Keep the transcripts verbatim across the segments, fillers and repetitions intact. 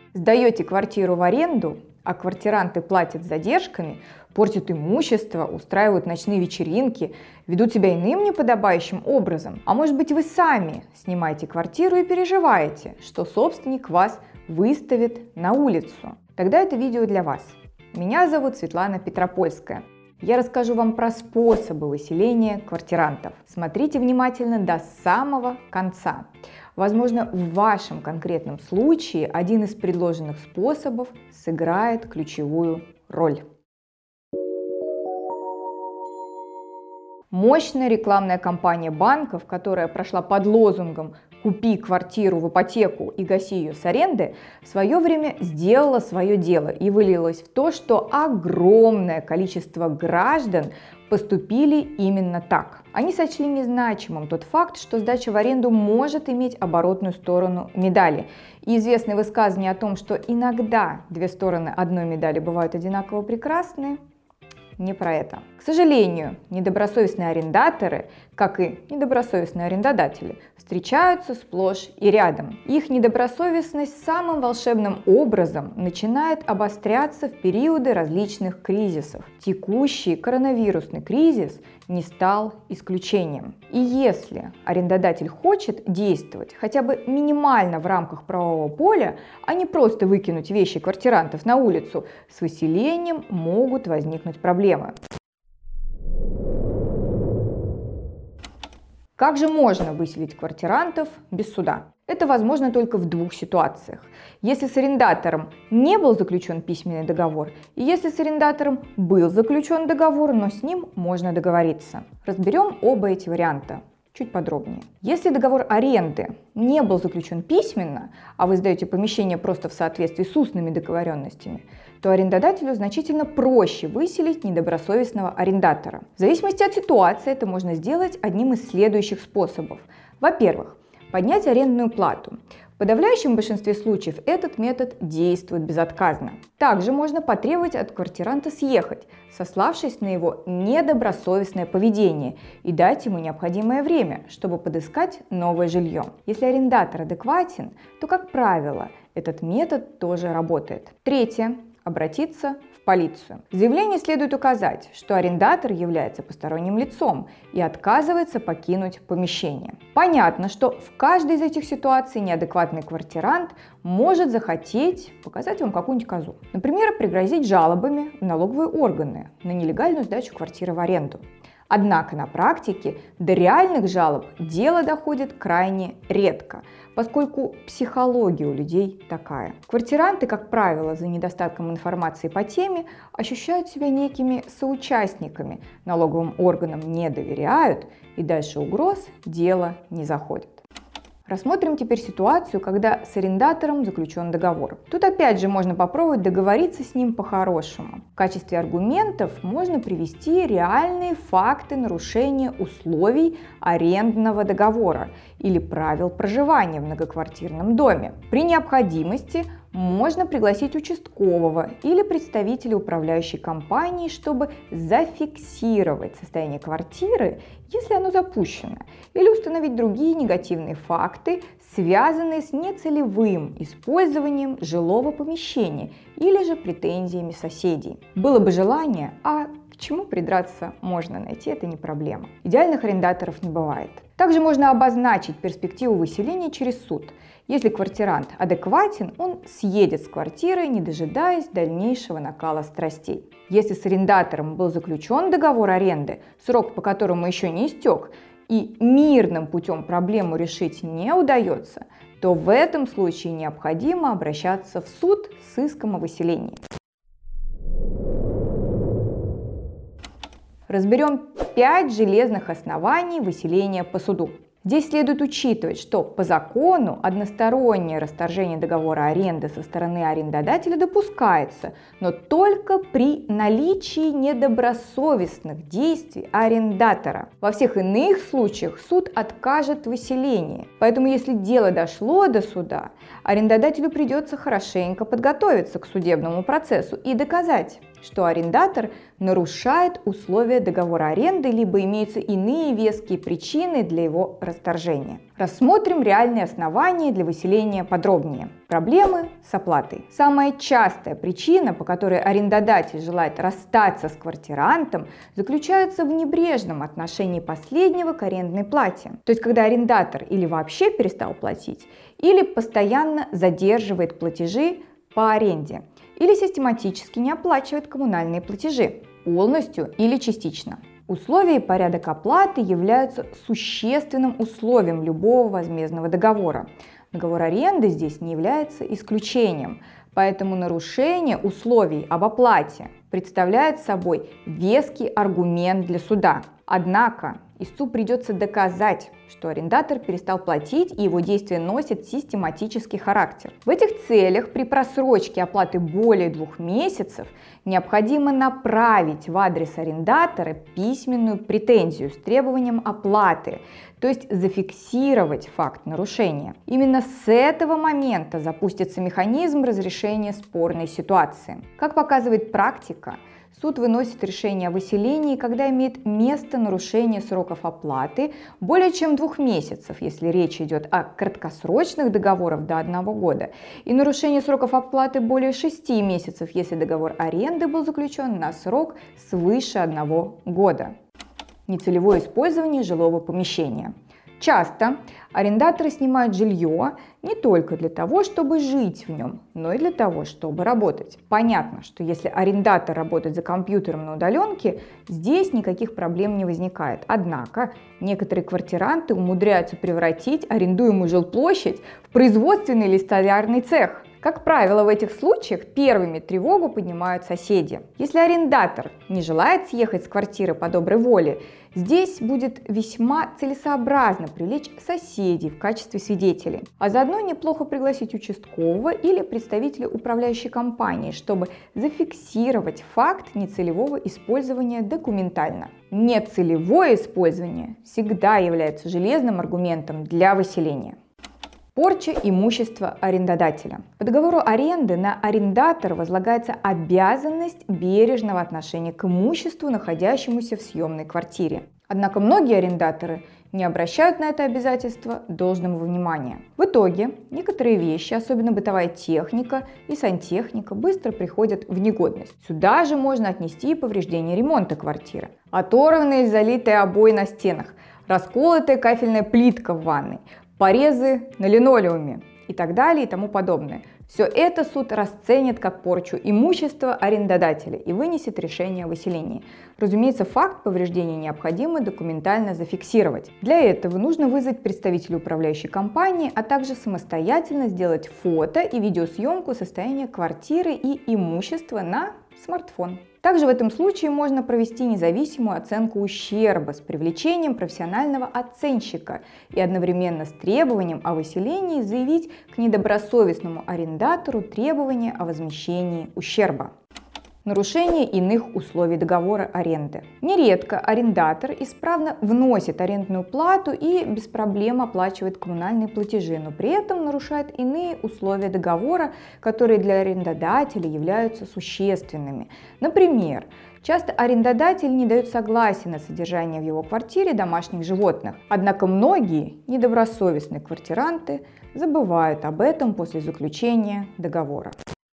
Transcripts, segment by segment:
Сдаете квартиру в аренду, а квартиранты платят с задержками, портят имущество, устраивают ночные вечеринки, ведут себя иным неподобающим образом. А может быть, вы сами снимаете квартиру и переживаете, что собственник вас выставит на улицу. Тогда это видео для вас. Меня зовут Светлана Петропольская. Я расскажу вам про способы выселения квартирантов. Смотрите внимательно до самого конца. Возможно, в вашем конкретном случае один из предложенных способов сыграет ключевую роль. Мощная рекламная кампания банков, которая прошла под лозунгом «Купи квартиру в ипотеку и гаси ее с аренды», в свое время сделала свое дело и вылилась в то, что огромное количество граждан поступили именно так. Они сочли незначимым тот факт, что сдача в аренду может иметь оборотную сторону медали. И известное высказывание о том, что иногда две стороны одной медали бывают одинаково прекрасны, не про это. К сожалению, недобросовестные арендаторы, как и недобросовестные арендодатели, встречаются сплошь и рядом. Их недобросовестность самым волшебным образом начинает обостряться в периоды различных кризисов. Текущий коронавирусный кризис не стал исключением. И если арендодатель хочет действовать хотя бы минимально в рамках правового поля, а не просто выкинуть вещи квартирантов на улицу, с выселением могут возникнуть проблемы. Как же можно выселить квартирантов без суда? Это возможно только в двух ситуациях. Если с арендатором не был заключен письменный договор, и если с арендатором был заключен договор, но с ним можно договориться. Разберем оба эти варианта чуть подробнее. Если договор аренды не был заключен письменно, а вы сдаете помещение просто в соответствии с устными договоренностями, то арендодателю значительно проще выселить недобросовестного арендатора. В зависимости от ситуации это можно сделать одним из следующих способов. Во-первых, поднять арендную плату. В подавляющем большинстве случаев этот метод действует безотказно. Также можно потребовать от квартиранта съехать, сославшись на его недобросовестное поведение, и дать ему необходимое время, чтобы подыскать новое жилье. Если арендатор адекватен, то, как правило, этот метод тоже работает. Третье. Обратиться в полицию. В заявлении следует указать, что арендатор является посторонним лицом и отказывается покинуть помещение. Понятно, что в каждой из этих ситуаций неадекватный квартирант может захотеть показать вам какую-нибудь козу. Например, пригрозить жалобами в налоговые органы на нелегальную сдачу квартиры в аренду. Однако на практике до реальных жалоб дело доходит крайне редко, поскольку психология у людей такая. Квартиранты, как правило, за недостатком информации по теме ощущают себя некими соучастниками, налоговым органам не доверяют и дальше угроз дело не заходит. Рассмотрим теперь ситуацию, когда с арендатором заключен договор. Тут опять же можно попробовать договориться с ним по-хорошему. В качестве аргументов можно привести реальные факты нарушения условий арендного договора или правил проживания в многоквартирном доме. При необходимости можно пригласить участкового или представителя управляющей компании, чтобы зафиксировать состояние квартиры, если оно запущено, или установить другие негативные факты, связанные с нецелевым использованием жилого помещения или же претензиями соседей. Было бы желание, а к чему придраться можно найти, это не проблема. Идеальных арендаторов не бывает. Также можно обозначить перспективу выселения через суд. Если квартирант адекватен, он съедет с квартиры, не дожидаясь дальнейшего накала страстей. Если с арендатором был заключен договор аренды, срок по которому еще не истек, и мирным путем проблему решить не удается, то в этом случае необходимо обращаться в суд с иском о выселении. Разберем пять железных оснований выселения по суду. Здесь следует учитывать, что по закону одностороннее расторжение договора аренды со стороны арендодателя допускается, но только при наличии недобросовестных действий арендатора. Во всех иных случаях суд откажет в выселении. Поэтому, если дело дошло до суда, арендодателю придется хорошенько подготовиться к судебному процессу и доказать, что арендатор нарушает условия договора аренды, либо имеются иные веские причины для его расторжения. Рассмотрим реальные основания для выселения подробнее. Проблемы с оплатой. Самая частая причина, по которой арендодатель желает расстаться с квартирантом, заключается в небрежном отношении последнего к арендной плате. То есть, когда арендатор или вообще перестал платить, или постоянно задерживает платежи по аренде, или систематически не оплачивает коммунальные платежи, полностью или частично. Условия и порядок оплаты являются существенным условием любого возмездного договора. Договор аренды здесь не является исключением, поэтому нарушение условий об оплате представляет собой веский аргумент для суда. Однако истцу придется доказать, что арендатор перестал платить и его действия носят систематический характер. В этих целях при просрочке оплаты более двух месяцев необходимо направить в адрес арендатора письменную претензию с требованием оплаты, то есть зафиксировать факт нарушения. Именно с этого момента запустится механизм разрешения спорной ситуации. Как показывает практика, суд выносит решение о выселении, когда имеет место нарушение сроков оплаты более чем двух месяцев, если речь идет о краткосрочных договорах до одного года, и нарушение сроков оплаты более шести месяцев, если договор аренды был заключен на срок свыше одного года. Нецелевое использование жилого помещения. Часто арендаторы снимают жилье не только для того, чтобы жить в нем, но и для того, чтобы работать. Понятно, что если арендатор работает за компьютером на удаленке, здесь никаких проблем не возникает. Однако некоторые квартиранты умудряются превратить арендуемую жилплощадь в производственный или столярный цех. Как правило, в этих случаях первыми тревогу поднимают соседи. Если арендатор не желает съехать с квартиры по доброй воле, здесь будет весьма целесообразно привлечь соседей в качестве свидетелей, а заодно неплохо пригласить участкового или представителя управляющей компании, чтобы зафиксировать факт нецелевого использования документально. Нецелевое использование всегда является железным аргументом для выселения. Порча имущества арендодателя. По договору аренды на арендатора возлагается обязанность бережного отношения к имуществу, находящемуся в съемной квартире. Однако многие арендаторы не обращают на это обязательство должного внимания. В итоге некоторые вещи, особенно бытовая техника и сантехника, быстро приходят в негодность. Сюда же можно отнести и повреждения ремонта квартиры. Оторванные и залитые обои на стенах, расколотая кафельная плитка в ванной, порезы на линолеуме и так далее и тому подобное. Все это суд расценит как порчу имущества арендодателя и вынесет решение о выселении. Разумеется, факт повреждения необходимо документально зафиксировать. Для этого нужно вызвать представителя управляющей компании, а также самостоятельно сделать фото и видеосъемку состояния квартиры и имущества на смартфон. Также в этом случае можно провести независимую оценку ущерба с привлечением профессионального оценщика и одновременно с требованием о выселении заявить к недобросовестному арендатору требования о возмещении ущерба. Нарушение иных условий договора аренды. Нередко арендатор исправно вносит арендную плату и без проблем оплачивает коммунальные платежи, но при этом нарушает иные условия договора, которые для арендодателя являются существенными. Например, часто арендодатель не дает согласия на содержание в его квартире домашних животных. Однако многие недобросовестные квартиранты забывают об этом после заключения договора.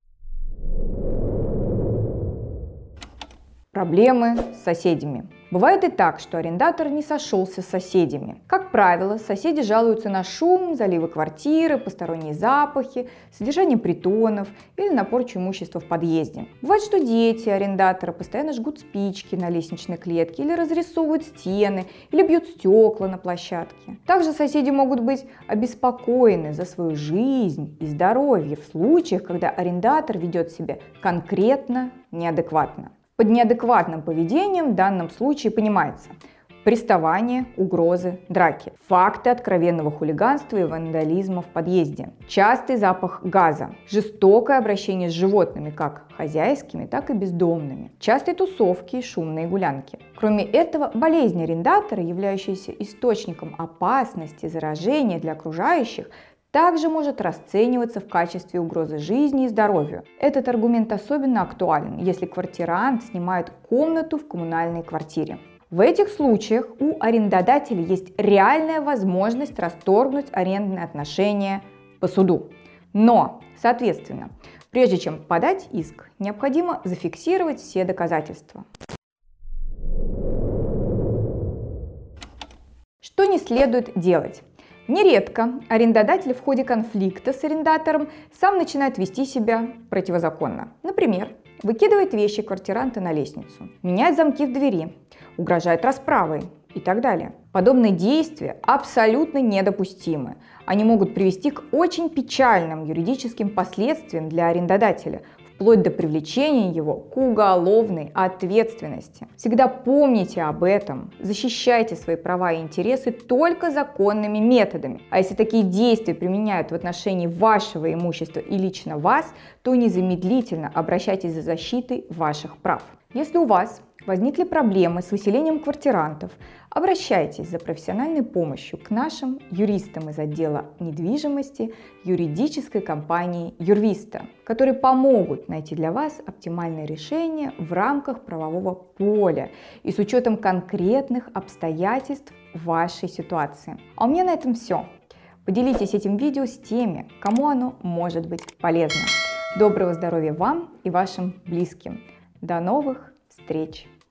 Проблемы с соседями. Бывает и так, что арендатор не сошелся с соседями. Как правило, соседи жалуются на шум, заливы квартиры, посторонние запахи, содержание притонов или на порчу имущества в подъезде. Бывает, что дети арендатора постоянно жгут спички на лестничной клетке или разрисовывают стены, или бьют стекла на площадке. Также соседи могут быть обеспокоены за свою жизнь и здоровье в случаях, когда арендатор ведет себя конкретно неадекватно. Под неадекватным поведением в данном случае понимается приставание, угрозы, драки, факты откровенного хулиганства и вандализма в подъезде, частый запах газа, жестокое обращение с животными, как хозяйскими, так и бездомными, частые тусовки и шумные гулянки. Кроме этого, болезни арендатора, являющиеся источником опасности заражения для окружающих, также может расцениваться в качестве угрозы жизни и здоровью. Этот аргумент особенно актуален, если квартирант снимает комнату в коммунальной квартире. В этих случаях у арендодателя есть реальная возможность расторгнуть арендные отношения по суду. Но, соответственно, прежде чем подать иск, необходимо зафиксировать все доказательства. Что не следует делать? Нередко арендодатель в ходе конфликта с арендатором сам начинает вести себя противозаконно. Например, выкидывает вещи квартиранта на лестницу, меняет замки в двери, угрожает расправой и так далее. Подобные действия абсолютно недопустимы. Они могут привести к очень печальным юридическим последствиям для арендодателя, вплоть до привлечения его к уголовной ответственности. Всегда помните об этом, защищайте свои права и интересы только законными методами. А если такие действия применяют в отношении вашего имущества и лично вас, то незамедлительно обращайтесь за защитой ваших прав. Если у вас возникли проблемы с выселением квартирантов, обращайтесь за профессиональной помощью к нашим юристам из отдела недвижимости юридической компании Юрвиста, которые помогут найти для вас оптимальное решение в рамках правового поля и с учетом конкретных обстоятельств вашей ситуации. А у меня на этом все. Поделитесь этим видео с теми, кому оно может быть полезно. Доброго здоровья вам и вашим близким. До новых встреч!